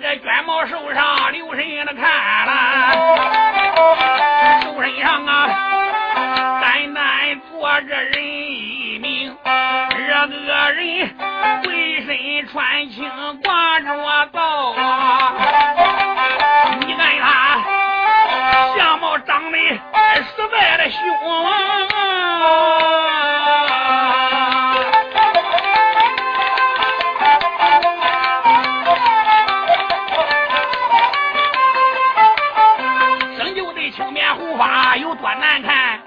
个卷毛手上留神的看了，手身上啊单单坐着人一名，这个人浑身穿青挂着刀啊，你看他相貌长得实在的凶生就的青面胡发有多难看，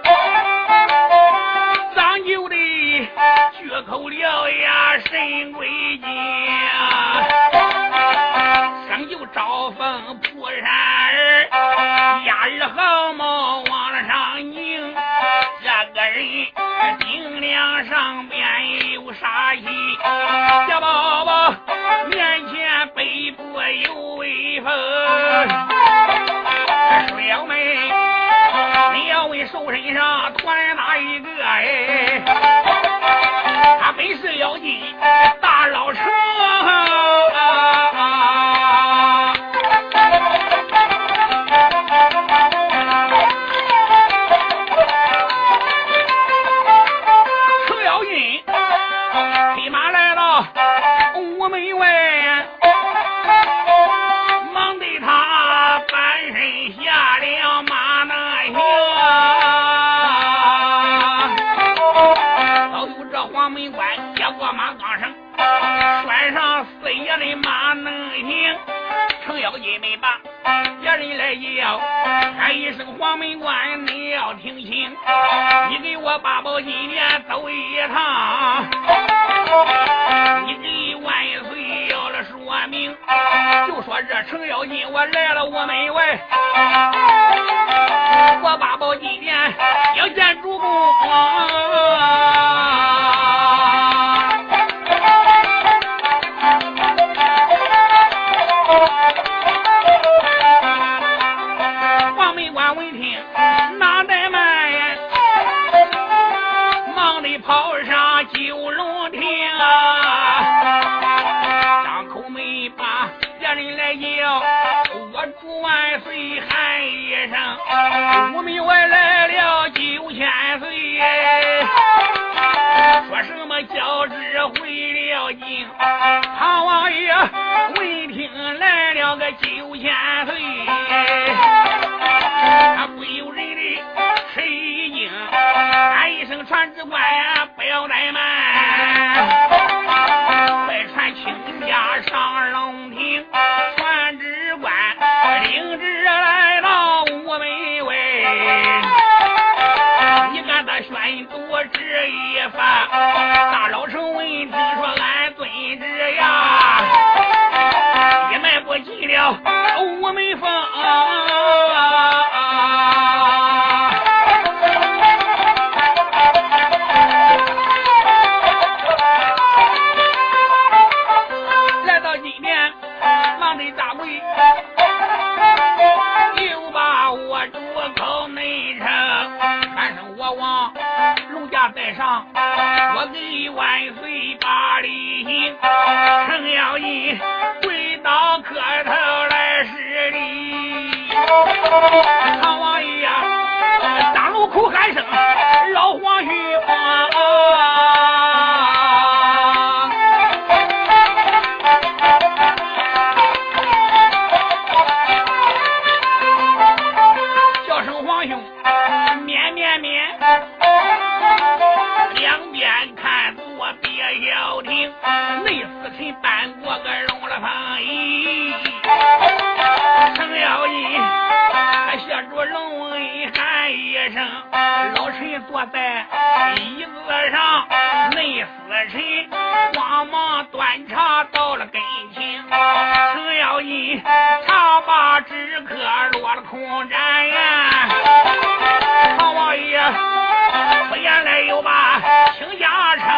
长就的绝口獠牙神鬼精，生就招风扑闪儿，压耳毫毛往上拧，这个人顶梁上边有杀气，小宝宝面前背部有威风，水妖妹你要问手身上团哪一个哎，他本是妖精大老成程咬金飞马来到屋门外，忙得他半身下了马那行，早有这黄门关接过马钢绳，拴上四爷的马能行，程咬金没把别人来要，喊一声黄门关你要听清，你给我八宝金莲走一趟，你给万岁要了说明，就说这程咬金我来了我门外，我八宝金莲要见主公黄门关闻听哪怠慢，忙得跑上九龙亭张口没把别人来叫，我祝万岁喊一声，屋门外来了9000岁，说什么教旨回了京，唐王爷闻听来了个9000岁，他不由人的吃一惊，喊一声传旨官不要怠慢，快传亲家上龙庭，传旨官领旨来到我门外，你看他宣读旨一番，大老臣闻听说俺遵旨呀，一迈不进了我门风来到今天忙得大跪，又把我主口内城，喊声我往龙家带上，我给万岁把礼行，程咬金跪倒磕头来施礼，唐王爷呀当路口喊声老皇兄叫声皇兄免免免，两边看左别消停，内司臣搬过个龙了旁衣，程咬金他下着龙威喊一声，老臣坐在椅子上，内司臣慌忙端茶到了跟前，程咬金茶把纸壳落了空盏呀，唐王爷出言来又把请家称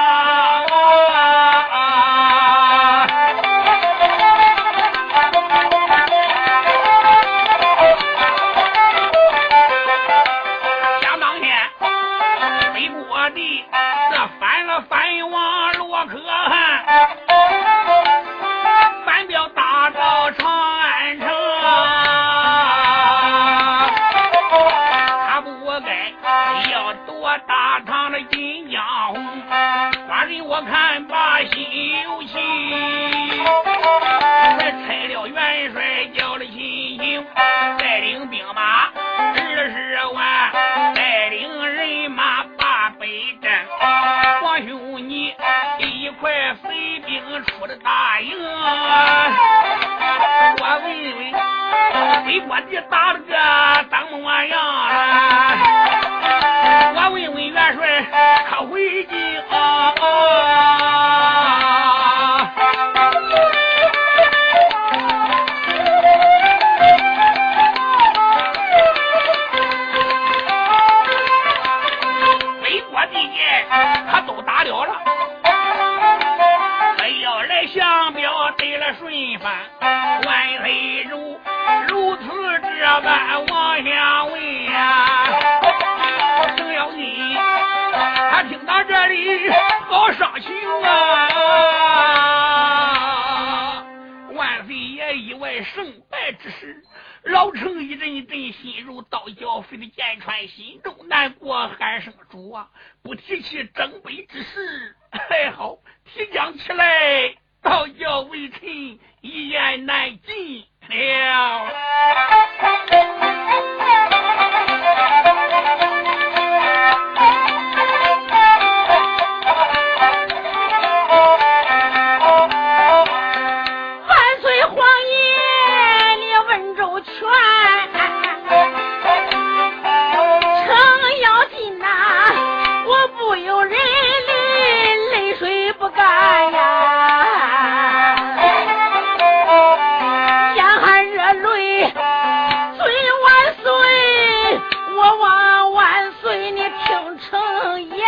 想当天北国地这翻了翻往洛可汗，反表大赵到长安城，他不该要夺大唐的金江红，寡人我看把心有气，才拆了元帅叫了亲行，带领兵马20万，带领人马把北镇，皇兄你一块随兵出了大营，我问问北国的打了个当模样了，我问问元帅可回京北国地界他都打了了，非要来降表得了顺番，万岁如此这般往下问呀，程咬金他听到这里好伤情啊，万岁爷以为胜败之时，老臣一阵一阵心如刀绞，飞得剑穿心中难过，喊声主啊，不提起征北之事，还好提讲起来，倒叫微臣一言难尽了。 万岁皇爷，你问周全，程咬金呐，我不由人泪水不干呀，眼含热泪，尊万岁，我望万岁你听成言，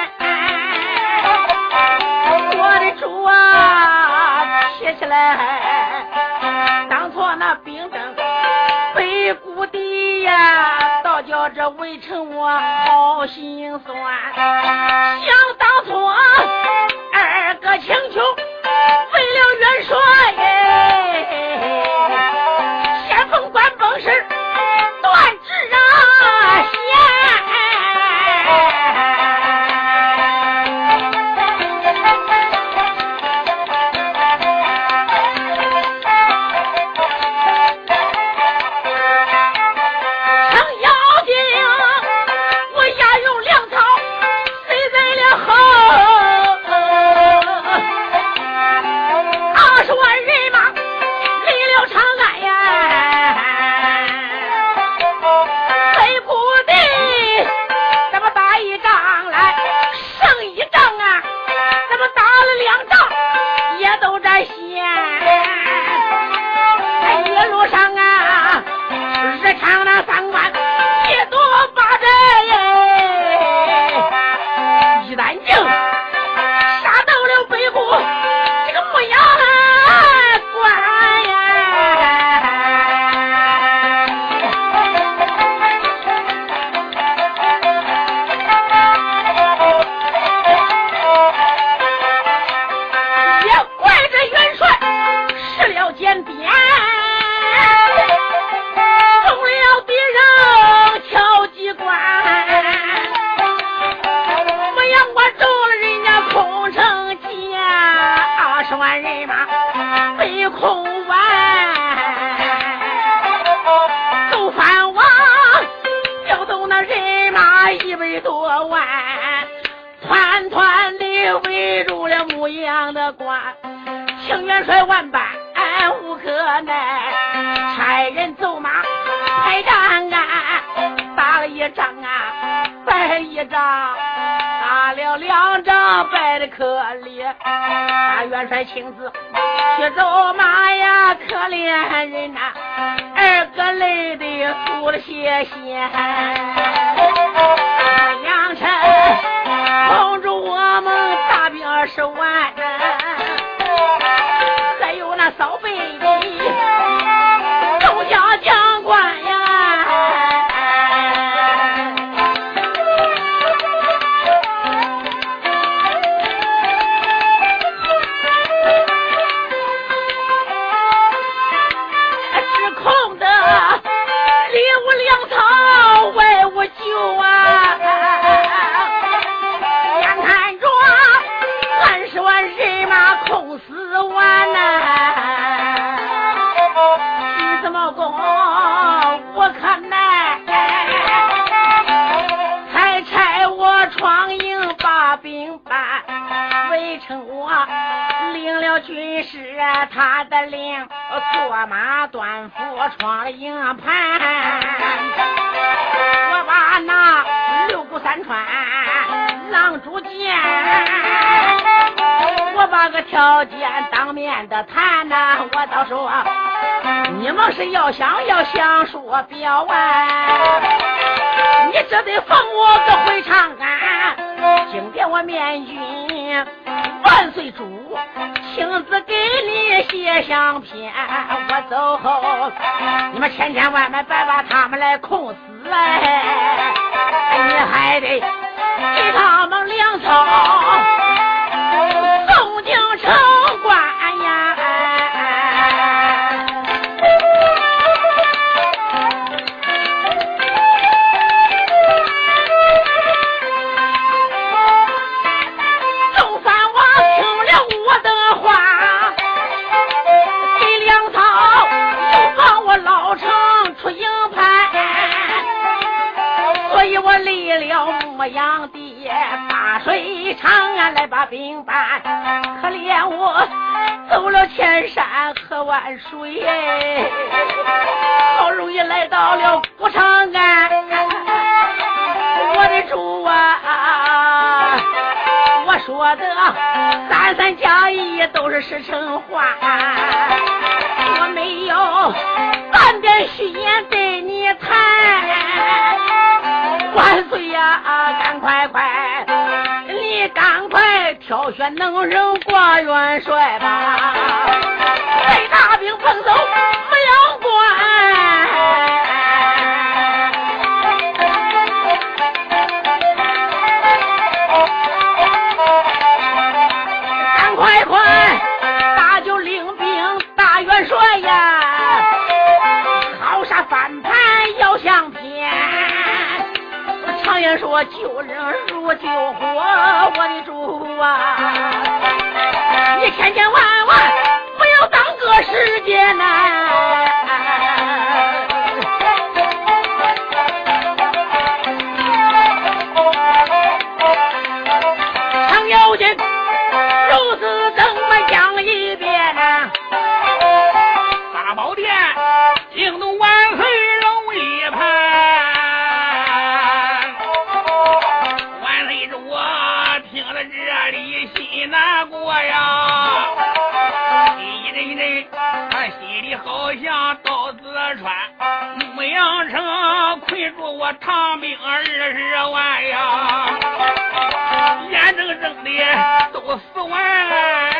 我的主啊，提起来，当初那兵征北谷地呀，倒叫这微臣我好心酸，想当初二哥请求为了元帅先锋官崩事断指啊程咬金，我押用粮草塞在了后，20万人马离了长安呀，北谷地咱们打一仗来，胜一仗啊，咱们打了2仗也都在先，在一路上啊，日常那3万一多八寨一旦净杀到了北谷这个牧羊关呀，也怪这元帅失了间谍，中了敌人敲击关，牧羊关中了人家空城计，20万人马被空完，都翻王调动那人马100多万，团团的围住了牧羊的关，请元帅万般无可奈，差人走马排战杆，打了1仗啊败了1仗，打了2仗败的可怜，大元帅亲自去走马呀，可怜人呐，二哥累得吐了些血，良辰控住我们大兵20万，还有那扫北的周家将官呀， 毛公我可难，才差我闯营把兵办，未成我领了军师他的令，坐马端斧闯了营盘，我把那六股三川狼主见，我把个条件当面的谈呐，我倒说你们是要想说表完，你这得放我个回长安，今天我面君万岁主亲自给你写上篇，我走后你们千千万万别把他们来控死来，你还得给他们粮草送进城关呀。我立了牧羊的大水长安来把兵办，可怜我走了千山和万水，好容易来到了古长安，我的主啊，我说的三三加一都是实诚话，我没有半点虚言对你谈，万岁呀，赶快，你赶快挑选能人挂元帅吧，带大兵封守牧羊关，赶快，大就领兵大元帅呀，好杀反叛要相偏，常言说救人如救火，我的主啊，你千千万万不要耽搁时间呐，常有劲如此这么讲一遍呐， 大宝殿惊动万岁容易判，听了这里心难过呀，一人他心里好像刀子穿，牧羊城困住我唐兵20万呀，眼睁睁的都死完，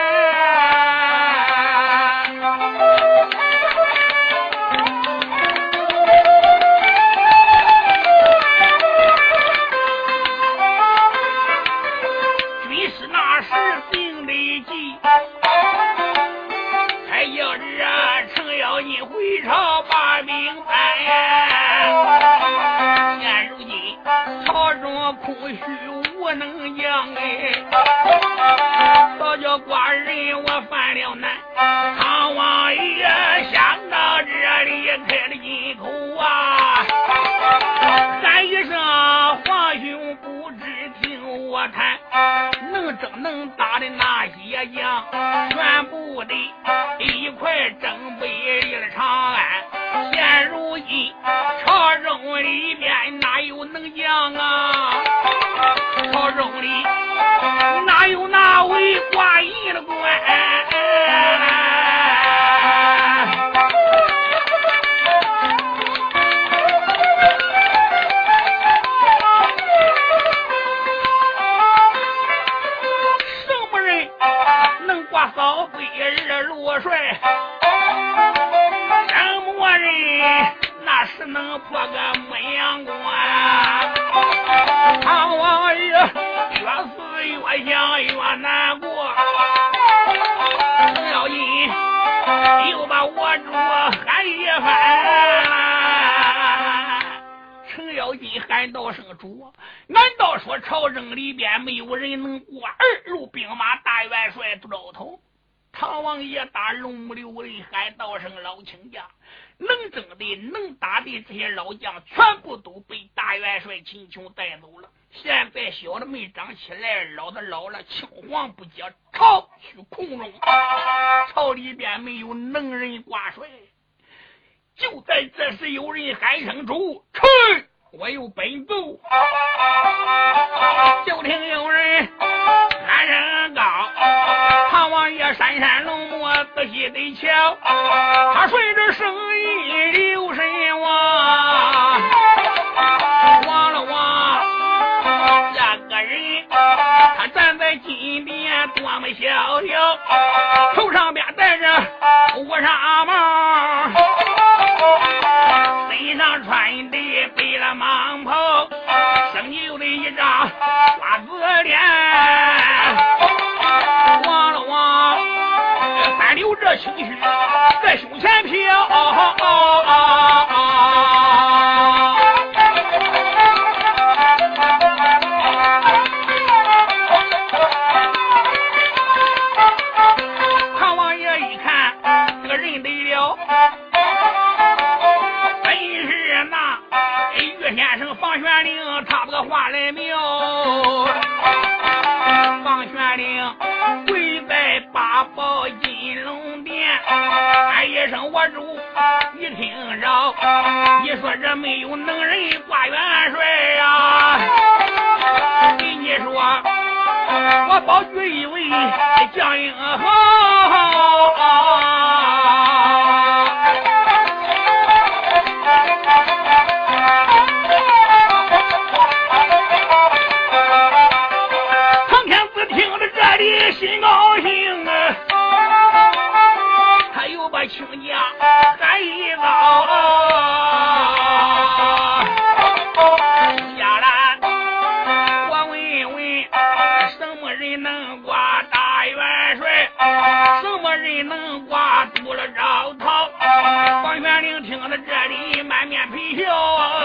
还要这程咬金回朝把兵办，现如今朝中空虚无能将早叫寡人我犯了难，唐王爷想到这里开了金口啊，喊一声皇兄不知听我谈，能征能打的那些将全部的一块正北了长安，现如今朝中里边哪有能将啊，朝中里哪有那位挂印的官，扫北日落帅，什么人那是能破个牧羊关，唐王爷越死越想越难过，程咬金又把我主喊一番，程咬金喊道声主，难道说朝政里边没有人能过2路兵马大元帅都头？ 唐王爷打龙木刘文海道声老亲家，能征的能打的这些老将全部都被大元帅秦琼带走了。现在小的没长起来，老的老了，青黄不接，逃去空中。朝里边没有能人挂帅。就在这时，有人喊声出：“去！我有本奏。”就听有人喊声高：“唐王爷闪闪龙目，仔细得瞧，他顺着声音留神望，望了望这个人，他站在金殿多么萧条，头上边戴着乌纱帽，身上穿的背了蟒袍，生就的一张瓜子脸，望了望三流这情绪在胸前飘，唐王爷一看这个人得了，本是那岳先生房玄龄，他这个话来描。房玄龄跪在八宝金龙殿，喊一声我主，你听着，你说这没有能人挂元帅呀？给你说，我保举一位将英豪。心高兴啊，他又把亲家喊一遭，下来我问问，什么人能挂大元帅？什么人能挂杜了赵涛？房玄龄听到这里满面陪笑，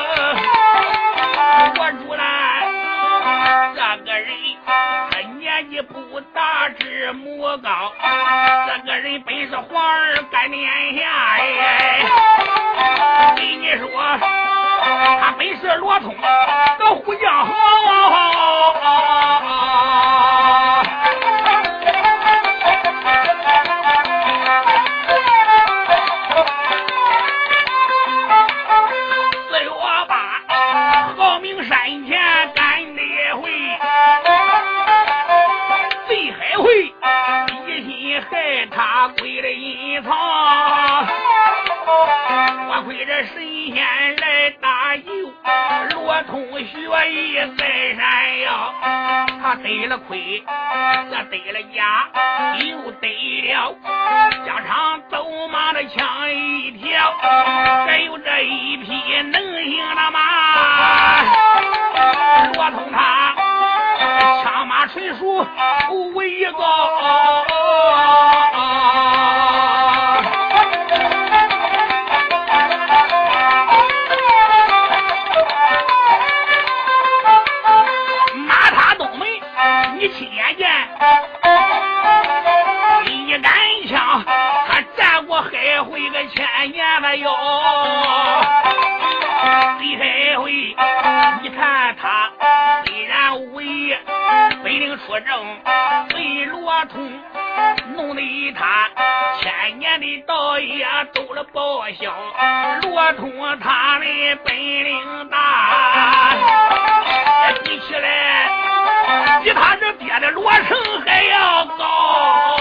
我主来这个人年纪不大，只母高，这个人本是皇儿干殿下耶。给你说，他本是罗通的虎将好。418号名山前干得会。最还会一心害他归了阴曹，我亏着神仙来搭救，罗通学艺在山腰，他得了亏，这得了家，又得了疆场走马的枪一条，还有这一匹能行的马，罗通他枪马纯熟为一个，马踏东门你亲眼见，一杆枪他战过海会个1000年的哟，李海会你看他虽然无义，本领出征，被罗通弄得他1000年的道义都了报销。罗通他的本领大，比起来比他这爹的罗成还要高。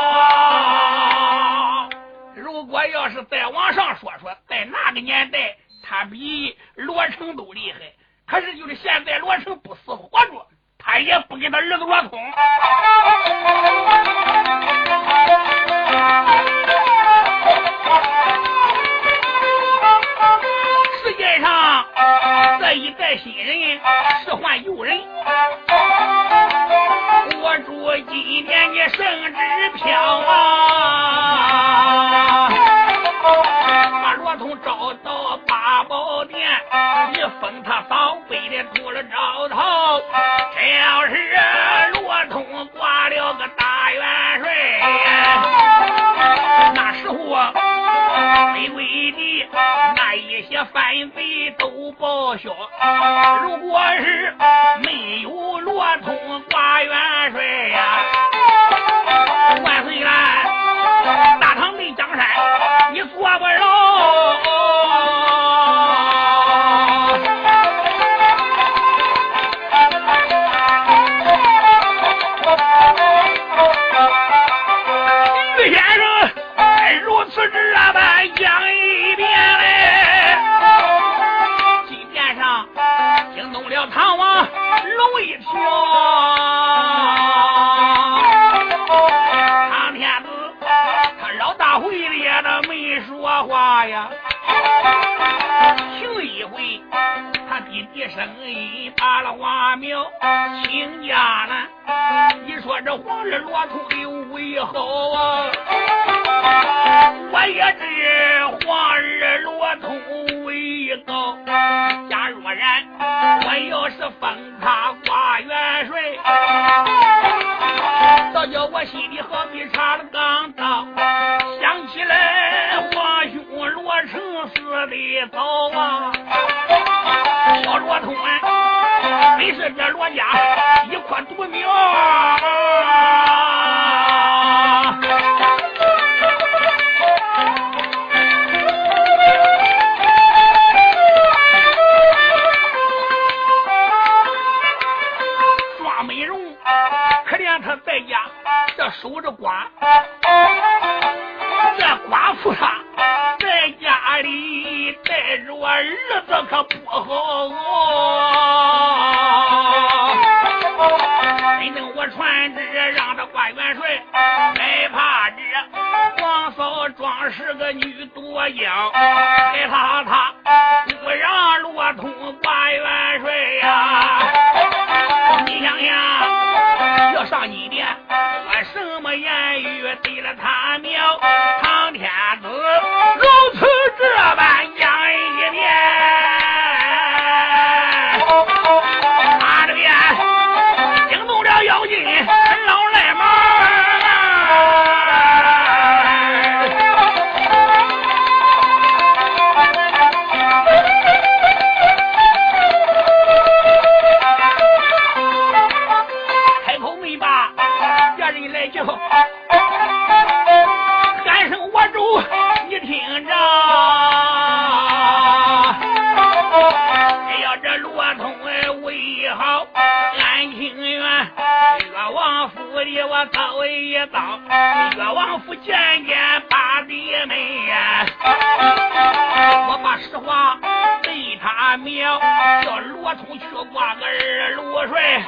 如果要是再往上说，在那个年代他比罗成都厉害，可是就是现在罗成不死活着，他也不给他儿子罗通。世界上这一代新人是换旧人，我主今天你圣旨飘啊，把罗通招到八宝殿，你封他嫂背的出了招头，这要是罗通挂了个大元帅， 这些犯罪都报销。如果是没有罗通挂元帅呀，万岁啦！大唐对江山你做不牢。于先生如此这般讲一遍嘞，金殿上惊动了唐王龙一条。唐天子他绕大会里他没说话呀，停一回他低低声音把了话苗，请假了。你说这皇日罗通有为好啊，我也知皇日罗通为高。假若然我要是封他挂元帅，早叫我心里好比插了钢刀。想起来皇兄罗成死的早啊，小罗通没事这罗家一块独苗。庄美容可怜他在家这守着寡，这寡妇她在家里带着我儿子可不好真等我传旨让他挂元帅，害怕这王嫂庄是个女多妖，害怕他不让罗通挂元帅呀。你想想要上一点我什么言语对了他苗，唐天子如此这般讲一遍，他这边惊动了妖精老赖毛。开口没把别人来叫，喊声我主你听着，只要这罗通为好安情愿，越王府里我早一遭，越王府渐渐把地门呀，我把实话对他描，叫罗通去挂个二路帅，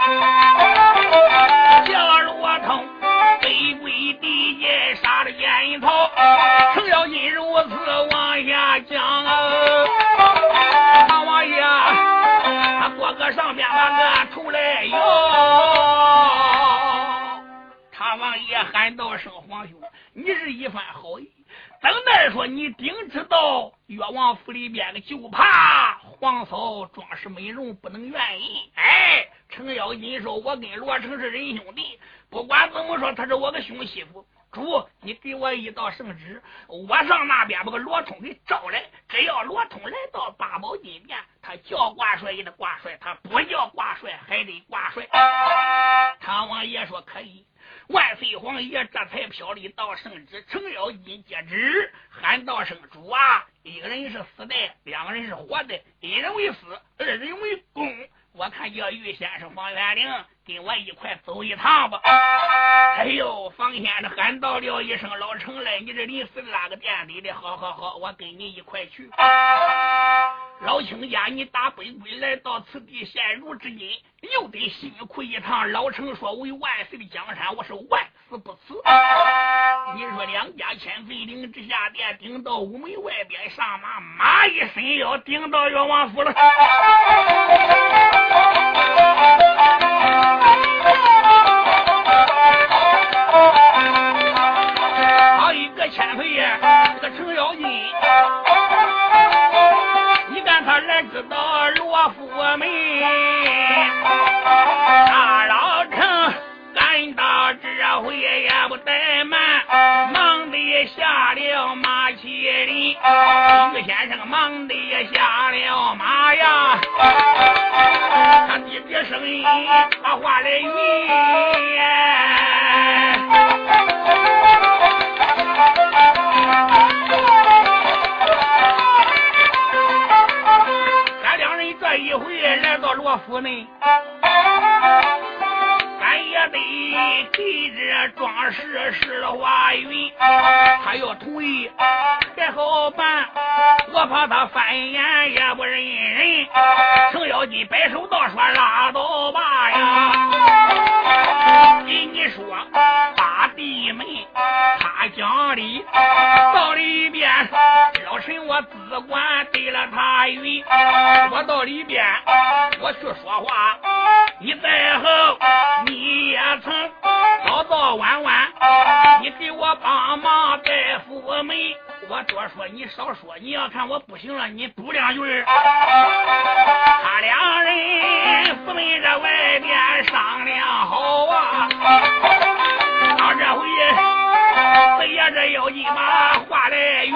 叫罗通背归地界杀了烟头，程咬金如此往下讲啊，唐王爷他过个上边把个头来摇，唐王爷喊道声皇兄，你是一番好意，等待说你顶知道越王府里边的，就怕皇嫂庄氏美容不能愿意。哎，程咬金说我跟罗成是仁兄弟，不管怎么说他是我的兄媳妇，主你给我一道圣旨，我上那边把个罗通给招来，只要罗通来到八宝金殿，他叫挂帅也得挂帅，他不叫挂帅还得挂帅。唐王爷说可以，万岁皇爷这才飘了一道圣旨，程咬金接旨喊道声主啊，一个人是死的，两个人是活的，一人为死，二人为公，我看叫于先生房元龄跟我一块走一趟吧。哎呦，房先生喊到了一声老程来，你这临死那个店里的，好好好，我跟你一块去。老卿家你打北归来到此地，现如至今又得辛苦一趟。老程说为万岁的江山，我是万死不辞。你说两家千岁领之下殿，顶到午门外边上马，马一伸腰顶到越王府了。好一个千岁呀，这个程咬金，你看他来知道罗府门，大老程赶到这回也不怠慢，忙得下了马麒麟。 于先生忙地下了马呀，他低低声音把话来语。咱两人这一回来到罗府内，咱也得给这壮士施华云，他要同意还好办，我怕他翻眼也不认人。程咬金摆手道说拉倒吧呀，给你说八弟门他讲理，到里边老臣我只管对了他云，我到里边我去说话，你在后你也曾早早晚晚你给我帮忙在府门，我多说你少说，你要看我不行了你补两句。他两人府门这外边商量好啊，到这回谁呀这妖精把话来云，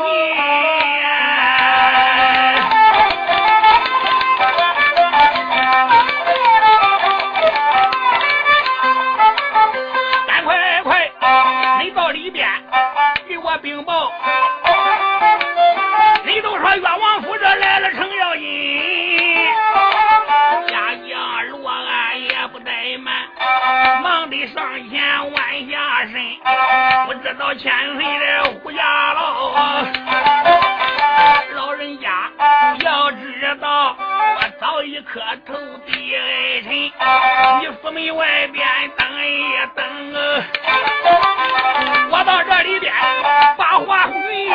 赶快你到里边给我禀报，你都说岳王府这来了程咬金，下将罗安也不怠慢，忙得上前弯下身，不知道千岁的胡家老，老人家要知道我早已磕头地爱臣，你府门外边等一等，我到这里边把话语，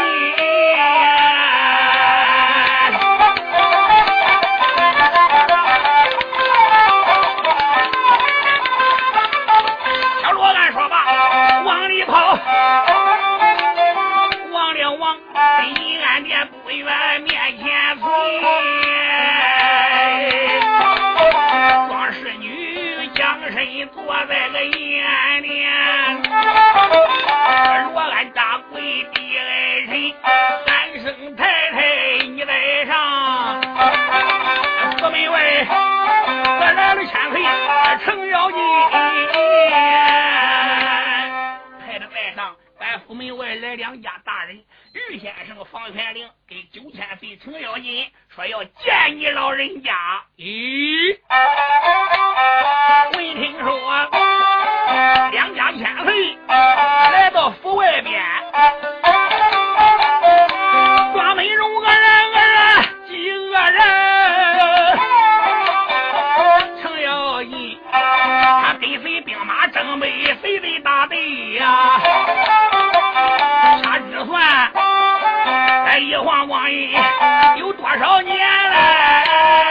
小罗安说吧，往里跑，往了往银安殿不远面前催，壮士女将身坐在个银安殿，罗安扎跪地爱臣，三声太太你在上，府门外这来了千岁程咬金，太太在上，咱府门外来两家大人，于先生房玄龄给9000岁程咬金说要见你老人家。咦，闻听说两家千岁来到府外边，专门容个人几个人，程咬金他跟随兵马正北谁的大队呀，他只算在一晃光阴有多少年了，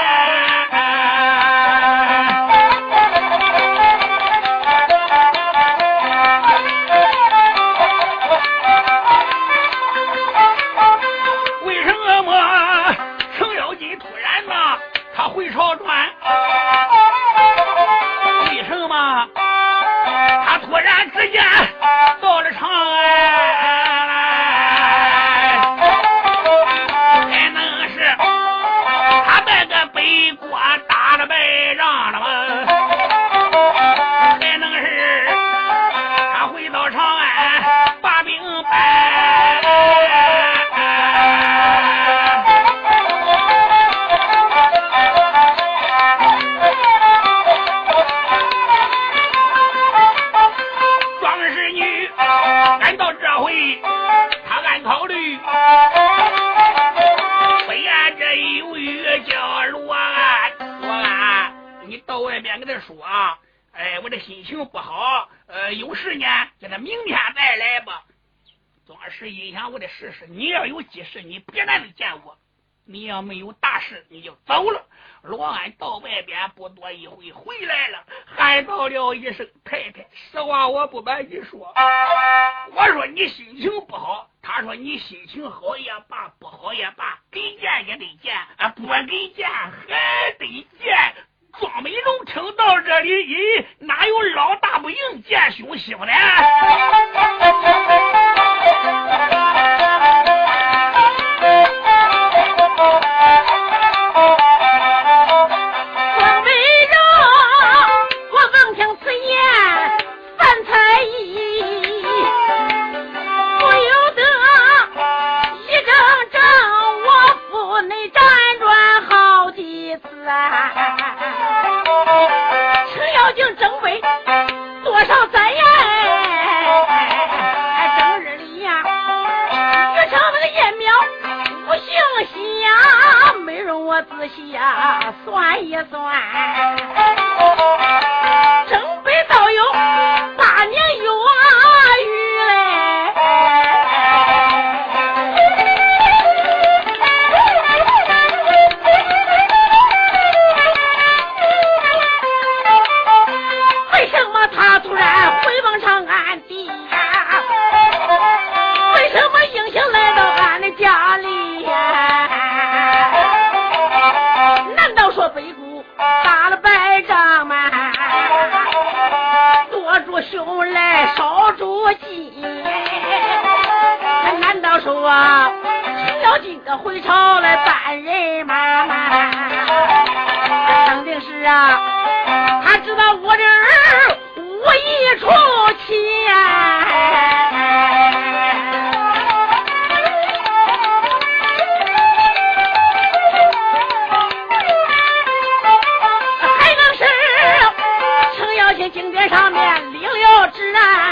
为什么程咬金突然呢他回朝转，为什么他突然之间到了长安，还能是他在个北国打了败仗了吗？还能是他回到长安把兵败？壮士女赶到这回他按考虑，非按这有语叫罗安，罗安你到外边跟他说啊，我这心情不好，有事呢叫他明天再来吧。壮士一想，我得试试，你要有急事你别来见我，你要没有大事你就走了。罗安到外边不多一会回来了，喊到了一声太太，实话我不瞒你说，我说你心情不好，他说你心情好也罢不好也罢，给见也得见，不给见还得见。庄美荣听到这里，咦，哪有老大不应见兄媳妇呢？ 多少灾呀？正日里呀，越城那个燕苗五行喜呀，没容我仔细呀算一算，正北倒有8年余嘞。为什么他突然回往长安地呀？为什么英雄来到俺的家里呀？难道说北谷打了败仗吗？多助兄来少助计，难道说程咬金的回朝来办人吗？肯定是啊，他知道我的儿无意出奇呀。还能是程咬金经典上面领了旨啊，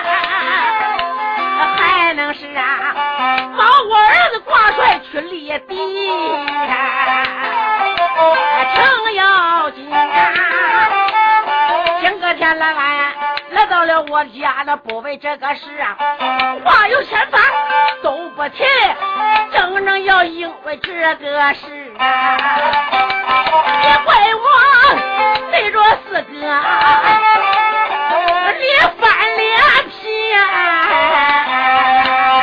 还能是啊把我儿子挂帅去立敌呀。程咬金啊，前个天来到了我家的，不为这个事啊，话有千番都不提，正要因为这个事啊，也怪我对着四哥脸翻脸皮啊。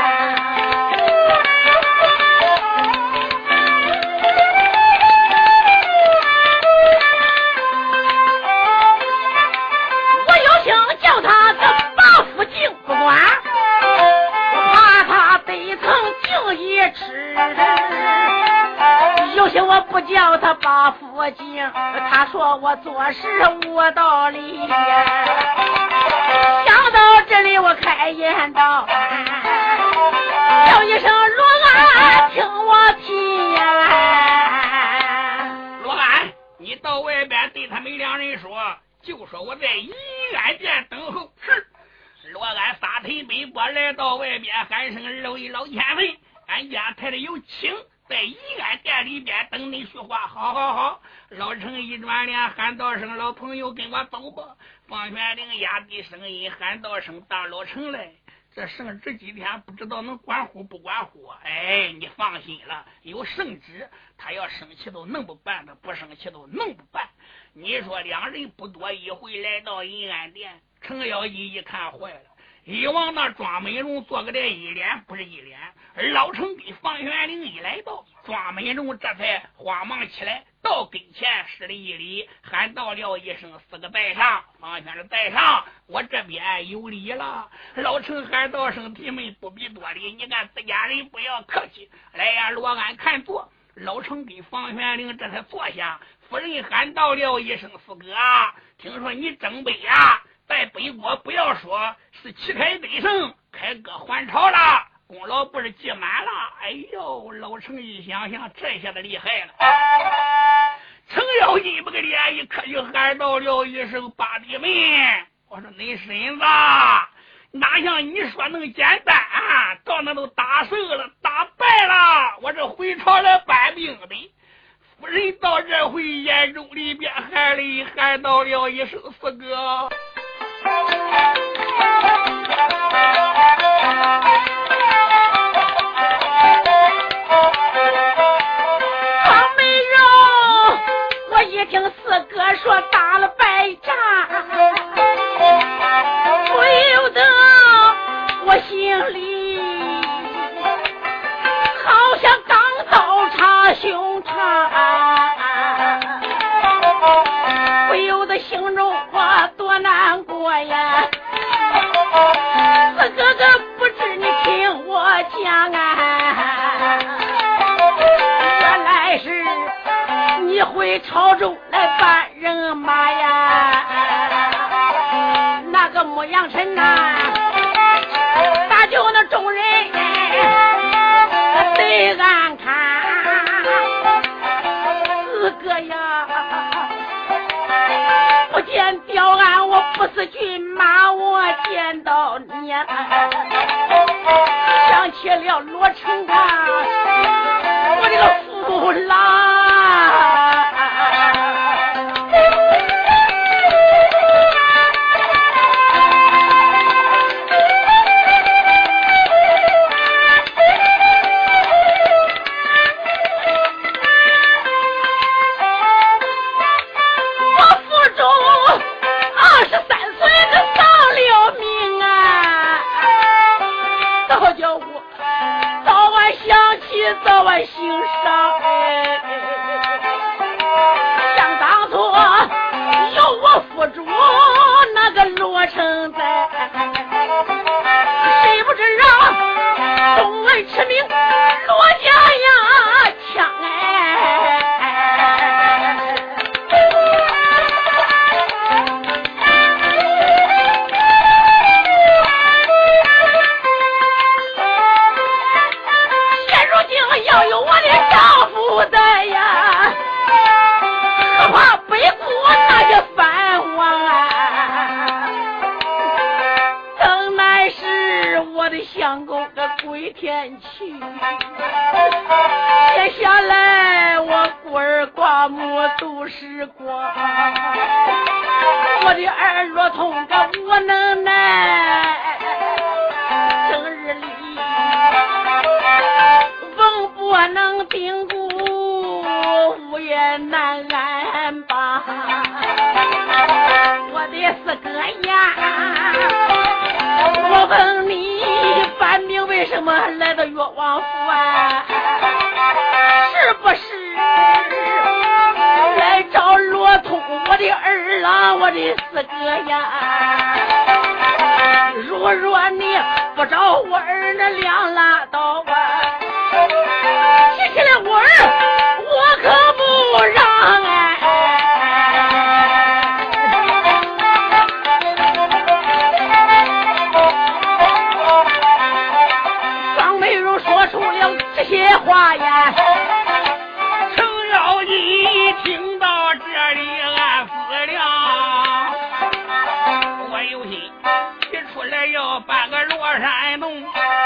有些我不叫他把佛经，他说我做事无道理。想到这里我开言道，叫一声罗安听我提呀。 罗安，你到外边对他们两人说，就说我在宜安殿等候。是。罗安撒腿奔波来到外边，喊声老前辈，俺家太太有请，在宜安殿里边等你说话。好好好。老程一转脸喊道声老朋友跟我走吧。方玄龄压低声音喊道声大老程来。这圣旨几天不知道能管乎不管乎。哎，你放心了，有圣旨，他要生气都能不办的，不生气都能不办。你说两人不多一会来到宜安殿，程咬金一看坏了，以往那庄美容做个这一脸不是一脸，而老程跟方玄龄一来到，庄美容这才慌忙起来，到跟前施了一礼，喊道了一声四个在上。方玄龄在上，我这边有礼了。老程喊道声弟妹不必多礼，你看自家人不要客气。来呀，罗安看坐。老程跟方玄龄这才坐下，夫人喊道了一声四哥，听说你征北啊，在北国不要说是旗开得胜，开歌还朝了，功劳不是记满了。哎呦，老程一想想，这下子厉害了。程咬金把个脸一磕，就喊道了一声八弟妹，我说恁婶子哪像你说那么简单啊，到那都打胜了打败了，我这回朝来搬兵的。夫人到这回眼中里边含泪喊到了一声四哥。 方美容，我一听四哥说打了败仗，不由得我心里好像刚刀插胸膛，不由得心中我多难过呀。四哥哥不知你听我讲啊，原来是你回朝中来办人马呀。那个牧羊臣呐，大舅那众人对俺看，四哥呀，不见雕鞍我不是骏马我见到你，想起了罗成啊，我这个父郎。早晚心伤想当初有我父主那个罗成在，谁不知让东儿驰名罗家呀枪要有我的丈夫在呀，何怕北国那些藩王啊？等乃是我的相公的归天去，接下来我孤儿寡母都是光，我的儿若同个无能耐，整日里不能定固，无言难安吧。我的四哥呀，我问你，半明为什么来到岳王府啊？是不是来找罗通我的儿郎，我的四哥呀？若你不找我儿那两拉倒吧，提起来我儿我可不让张美荣说出了这些话呀， 程咬金听到这里暗思了，我有心提出来要办个罗山洞，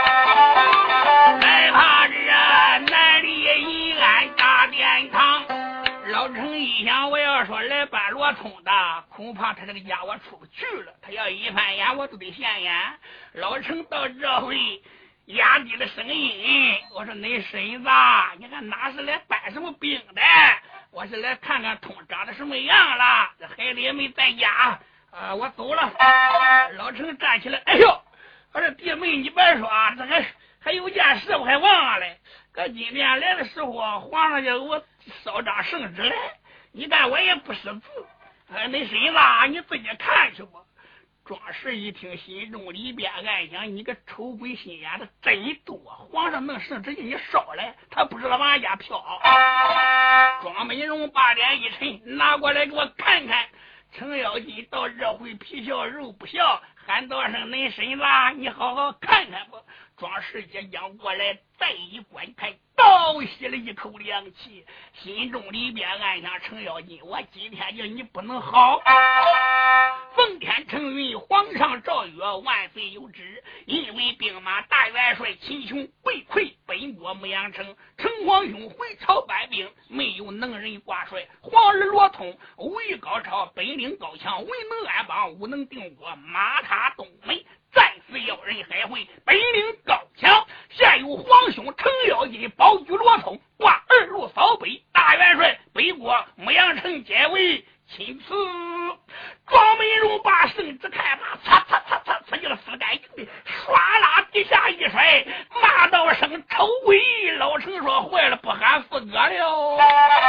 害怕这南里一安大殿堂。老程一想，我要说来办罗通的，恐怕他这个家我出不去了，他要一翻眼我都得现眼。老程到这回压低了声音，我说恁婶子，你看哪是来搬什么兵的，我是来看看通长得什么样了，这孩子也没在家我走了。老程站起来，哎呦，我说弟妹你别说，这个还有件事我还忘了，搁今天来的时候皇上叫我烧张圣旨来，你看我也不识字，恁婶子你自己看去吧。庄氏一听，心中里边暗想，你个丑鬼心眼的真多，皇上弄圣旨给你烧来，他不知道往家飘。庄美荣把脸一沉，拿过来给我看看。程咬金到这回皮笑肉不笑，喊道声恁婶子你好好看看吧。庄世杰将过来再一观看，倒吸了一口凉气，心中里边暗想，程咬金我今天叫你不能好。奉天承运，皇上诏曰万岁有旨，因为兵马大元帅秦琼被溃本国牧羊城，城隍兄回朝搬兵，没有能人挂帅，皇儿罗通魏高超本领高强，文能安邦，武能定国，马踏东门，战死妖人海会，本领高强。现有皇兄程咬金保举罗通，挂二路扫北，大元帅北国牧羊城皆为钦此。庄美荣把圣旨看罢，擦擦擦擦擦就撕干净的，唰啦地下一摔，骂道声丑鬼。老程说坏了，不喊四哥了。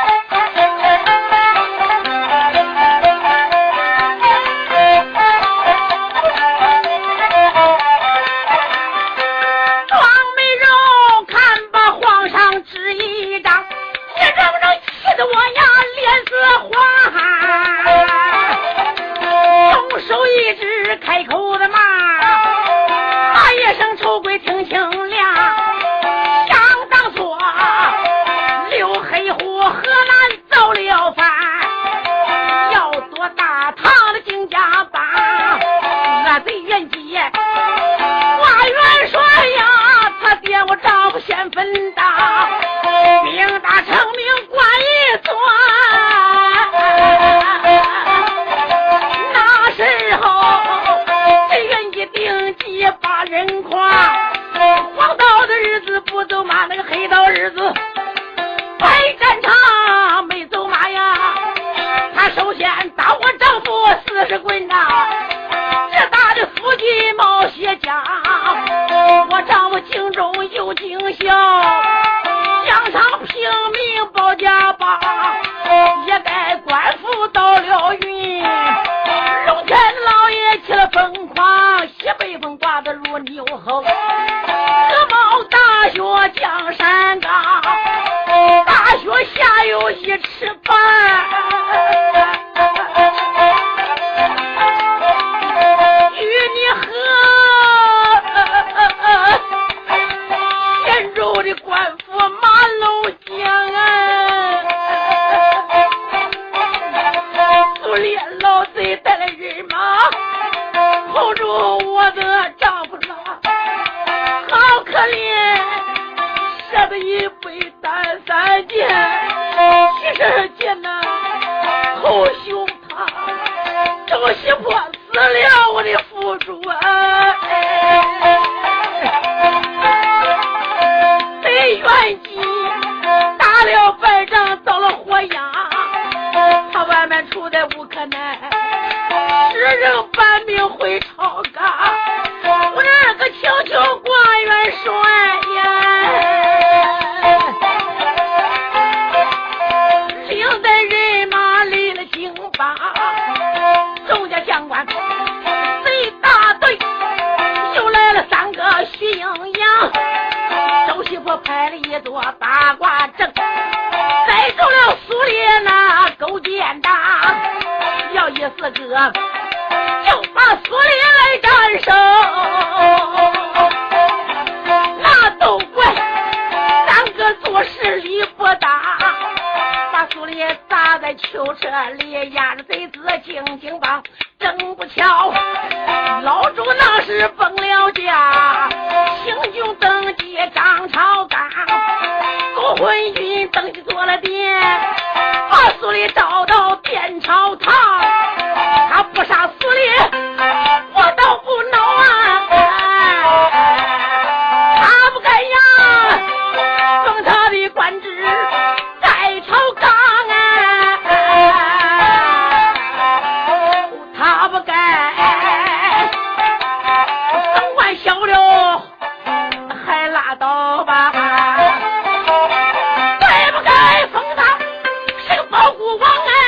庄美荣看把皇上旨一张，也这么着气得我呀脸色黄，用手一指开口的骂一声丑鬼听清亮，想当初刘黑虎河南造了反，要夺大唐的金家帮，恶贼袁吉有一尺半，与你和县州的官府马龙江啊，苏联老贼带来人马，扣住我的丈夫了，好可怜，射得一杯单三箭，70箭呐，头胸膛，周西坡死了我的父主啊！贼元吉打了败仗，到了火阳，他外面出的无可奈，使人搬命回朝纲，我那个求求广元帅呀，领带人马离了京巴，众家将官贼大队，又来了3个徐英阳，周西坡派了一座八卦阵，逮住了苏联那勾践党，要14个就把苏联来斩首，那都怪3个做事理不当，把苏联砸在囚车里，压着贼子静静帮，正不巧老主那是崩了家，行军登基张朝刚，勾魂云登基做了殿，把苏联招到殿朝堂，他不杀苏联我倒不恼啊，他不该呀封他的官职在朝纲啊，他不该封官小了还拉倒吧，该不该封他是个保护王啊，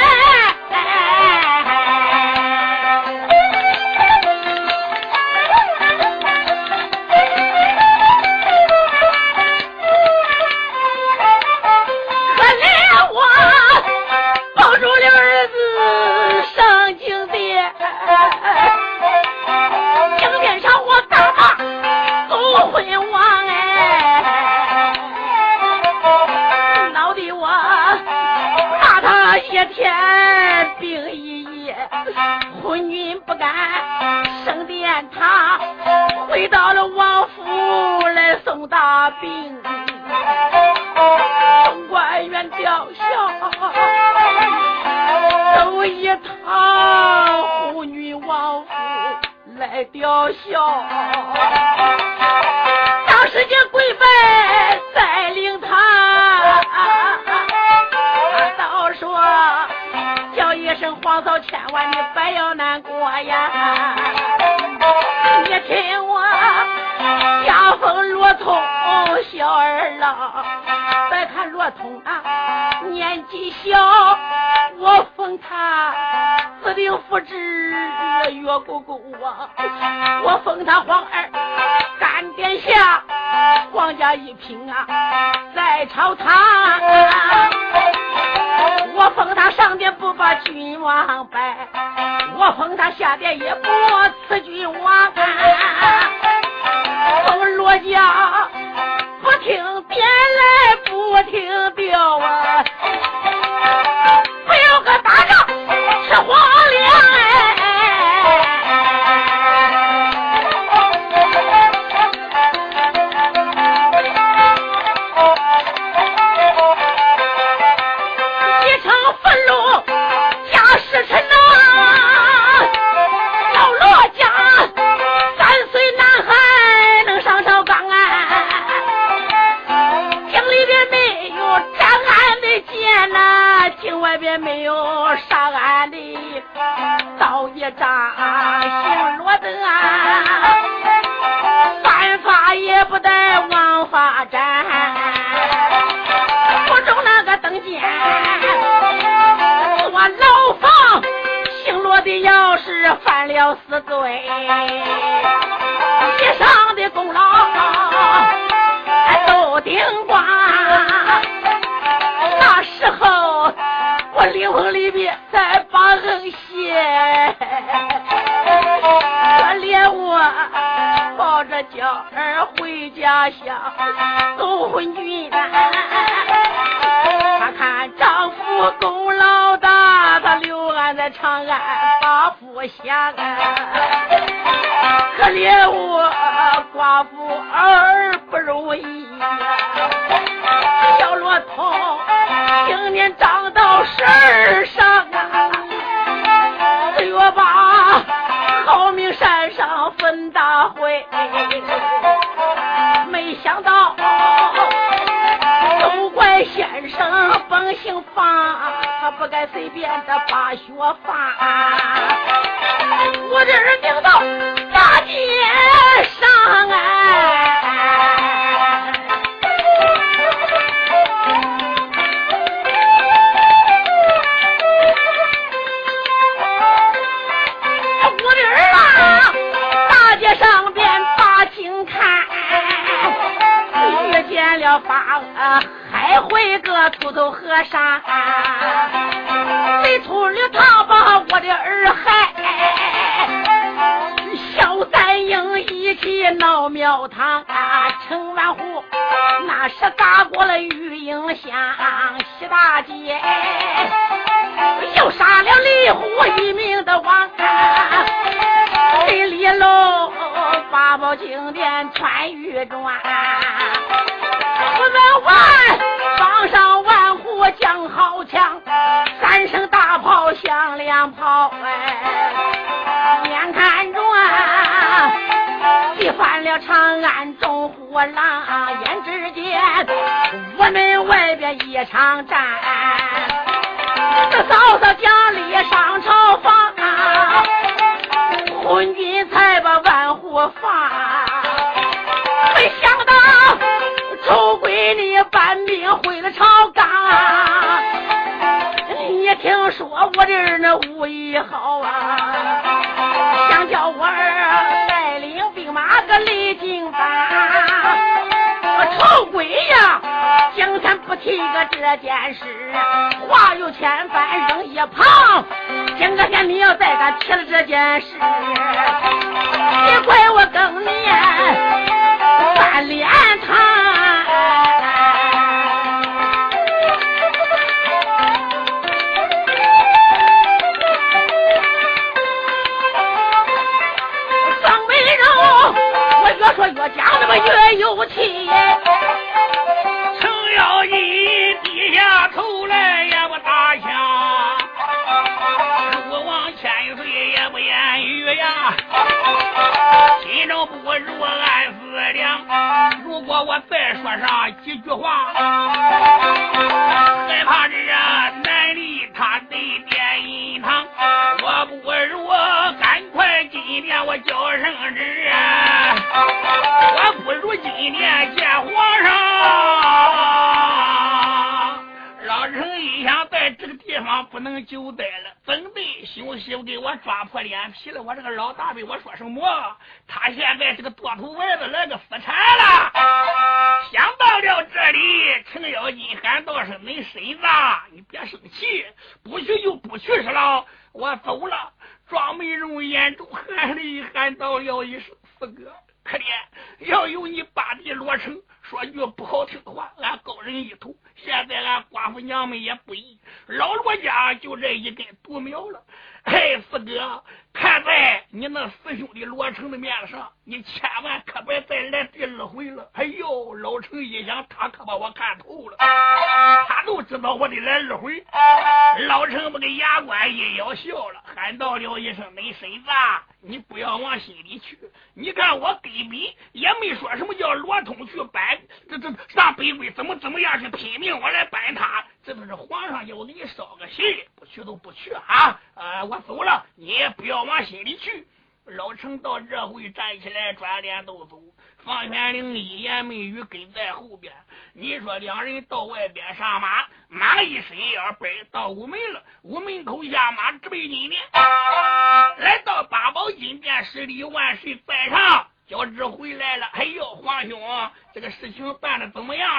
可怜我抱住了儿子上京殿，京殿上我大骂勾魂王哎，闹得我骂他一天病一夜，昏晕不敢升殿堂，回到了王府来送大病，东官员吊孝都一趟护女王府来吊孝，当时间跪拜在灵堂，倒说叫一声皇嫂，千万你不要难过呀，你听我加封罗通小儿郎，再看罗通啊年纪小，我封他子弟父职岳姑姑啊，我封他皇儿干殿下，皇家一品啊在朝堂，我封他上殿不把君王拜，我封他下殿也不赐君王，封罗家不听点来不听调啊，不有个打仗吃皇粮一场愤怒加时辰呐，老罗家3岁男孩能上朝纲啊，京里边没有斩案的剑呐，京外边没有杀案的刀一张行罗的啊，犯法也不得枉法斩，不中那个登监坐牢房，姓罗的要是犯了死罪，街上的功劳都顶光，那时候我灵魂里边再把横血，可怜我抱着娇儿回家乡，走昏君他看丈夫功劳大，他留俺在长安把父想可怜我寡妇儿不容易小骆驼今年长到12上4月8好命山上分大会，没想到都怪先生本性放，他不该随便的把血放，我这人领到大街上我的儿啊，大街上边把景看，遇见了法还会个秃头和尚，贼秃驴他把我的儿害，小三英一起闹庙堂，陈万户那是打过了玉英香西大街，又杀了李虎一名的王，这里喽八宝经典传玉转，我们万放上万户将好枪，3声大炮响2炮，眼看着击翻了长安众虎狼，眼只见我们外边一场战，这嫂嫂将礼上朝房，昏君才把万户放，没想到丑闺女搬兵回了朝纲，你听说我这人那武艺好想叫我儿带领兵马个离京班，丑鬼呀经常不提个这件事，话有千番扔一旁，今个天你要再敢提了这件事，别怪我更年翻脸堂，张美柔我越说越讲那么越有气， 程咬金低下头来也不打枪，如往千岁也不言语呀，心中不如暗思量，如果我再说上几句话，害怕这难离他得点银堂，我不如赶快今天我叫圣旨，我不如今天见皇上。老臣一想在这个地方不能久待了，怎的休息给我抓破脸皮了，我这个老大被我说什么，他现在这个多头丸子来个死缠了。想到了这里，程咬金喊道声恁婶子你别生气，不去就不去是了，我走了。庄美容眼中含泪喊道了一声四哥可怜，要有你八弟罗成，说句不好听的话，俺高人一头，现在俺寡妇娘们也不易，老罗家就这一根独苗了。嘿，四哥，看在你那师兄弟罗成的面子上，你千万可别再来第2回了。哎呦，老程一想，他可把我看透了，他都知道我得来2回。老程不给牙关一咬笑了，喊道了一声：“恁婶子，你不要往心里去。你看我根本也没说什么叫罗通去搬这上北归，怎么样去拼命我来搬他。这都是皇上叫我给你捎个信，不去都不去啊！我走了，你也不要往心里去。”老程到这回站起来，转脸都走。方玄龄一言没语，跟在后边。你说两人到外边上马，马一伸腰奔到午门了。午门口下马，直奔金殿。来到八宝金殿，十里万岁在上，交旨回来了。哎呦，皇兄，这个事情办的怎么样了？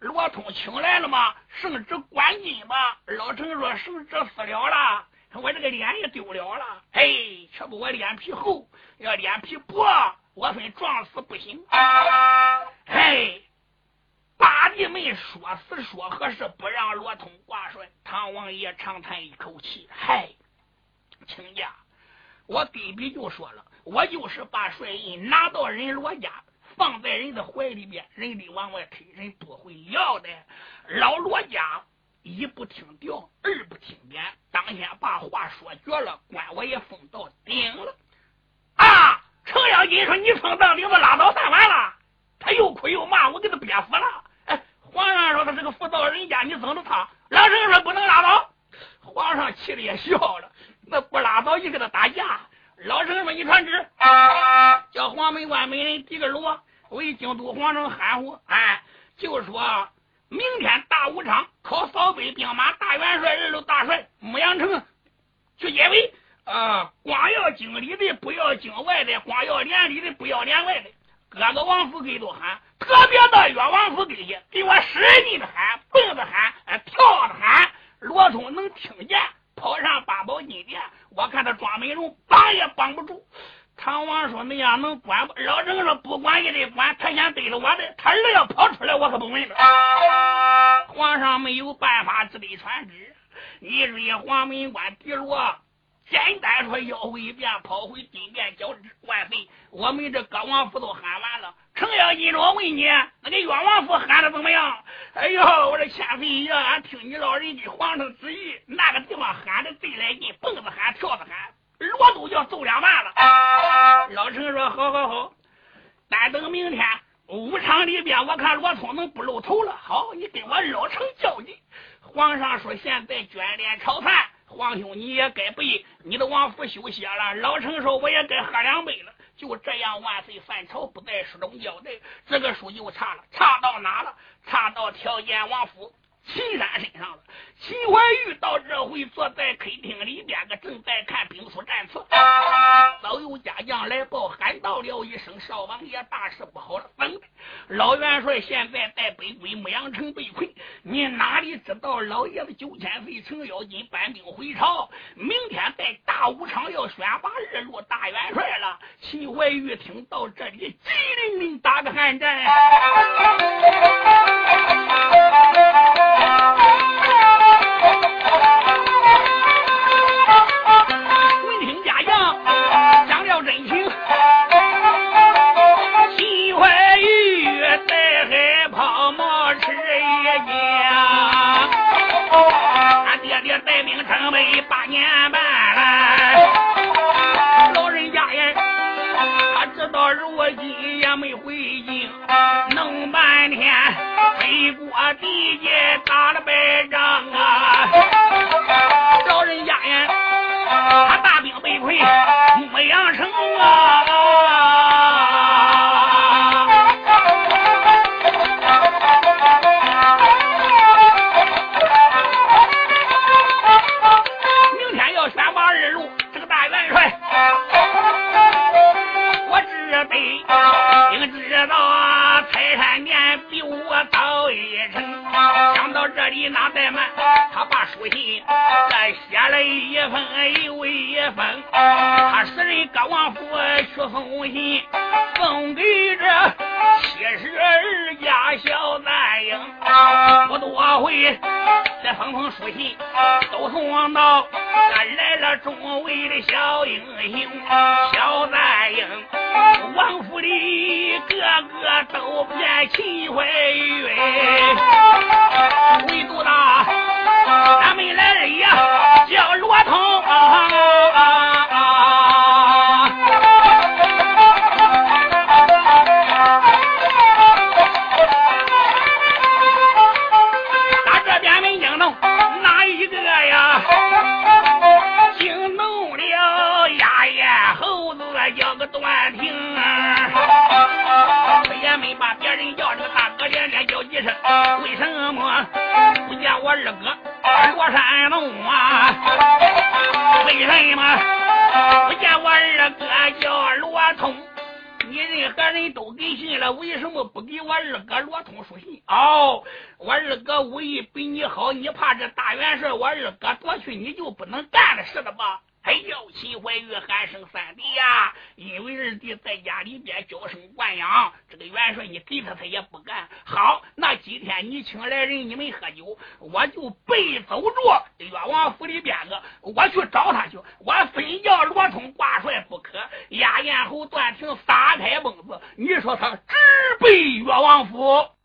罗通请来了吗？圣旨关禁吧。老陈说圣旨死了了，我这个脸也丢了了。嘿，这不我脸皮厚，要脸皮薄，我非撞死不行。嘿，八弟们说死说活是不让罗通挂帅。唐王爷长叹一口气，嗨，亲家，我根本就说了，我就是把帅印拿到人罗家，放在人的怀里边，人得往外推，人不会要的。老罗家一不听调，二不听勉，当先把话说绝了，官我也封到顶了。啊！程咬金说：“你封到顶子拉倒算完了。”他又哭又骂，我给他憋死了。哎，皇上说他是个妇道人家，你整着他。老陈说不能拉倒。皇上气得也笑了，那不拉倒就跟他打架。老陈说：“你传旨，叫黄门关每人递个锣，为京都皇城喊呼，就说明天大武场靠扫北兵马大元帅二路大帅牧羊城去解围。光要京里的，不要京外的；光要连里的，不要连外的。各个王府给都喊，特别到岳王府给去，给我使劲的喊，蹦的喊，跳的喊。罗通能听见，跑上八宝金殿，我看他庄美容绑也绑不住。唐王说那样能管不？老郑说不管也得管，他先对着我的，他儿子要跑出来，我可不问了。皇上没有办法，只得传旨，你追黄门关敌罗。简单说要回一遍，跑回金殿交旨万岁。我们这各王府都喊完了。程咬金说：“我问你，那个岳王府喊的怎么样？”哎呦，我这千岁爷，俺听你老人给皇上旨意，那个地方喊的最来劲，蹦子喊，跳子喊，锣都要奏2万了。老程说：“好好好，但等明天武场里边，我看罗通能不露头了。好，你跟我老程较劲。”皇上说：“现在眷恋朝餐。”皇兄，你也该备你的王府休息了。老程说：“我也该喝2杯了。”就这样，万岁犯朝不在书中交代。这个书就差了，差到哪了？差到条件王府秦山身上了。秦怀玉到这回坐在客厅里边，个正在看兵书战词。早有家将来报，喊到了一声：“少王爷，大事不好了！”老元帅现在在北归牧羊城被困，你哪里知道老爷子9000岁程咬金搬兵回朝，明天在大武场要选拔2路大元帅了。秦怀玉听到这里，急灵灵打个寒战。闻听家将讲了真情，秦怀玉带海抛锚吃一惊，俺爹爹带兵城北8年半了，老人家也他知道如今也没回京，弄半天北国地界打了败仗啊，老人家也他大兵被困牧羊城啊，明天要选拔2路这个大元帅，我只得应知道啊，财山殿比我早1程。想到这里哪怠慢，他把书信再写了一封又一封，他使人各王府去送信，送给这72家小赞营。不多会，这封书信都送到赶来了众位的小英雄小赞营，王府里个个都骗秦怀玉，唯独他咱们来人呀叫罗通打这边没惊动哪一个呀？惊动了压眼猴子叫个断庭，他也没把别人叫，这个大哥连连叫几声，为什么不见我二哥罗山东啊？为什么不见我二哥叫罗通？你任何人都给信了，为什么不给我二哥罗通书信？ 哦，我二哥武艺比你好，你怕这大元帅我二哥夺去你就不能干了似的吧？哎呦，秦怀玉喊声三弟呀，因为二弟在家里边娇生惯养，这个元帅你给他也不干。好，那今天你请来人，你们喝酒，我就背走着岳王府里边个，我去找他去，我非要罗通挂帅不可。压咽喉断庭撒开蹦子，你说他直奔岳王府。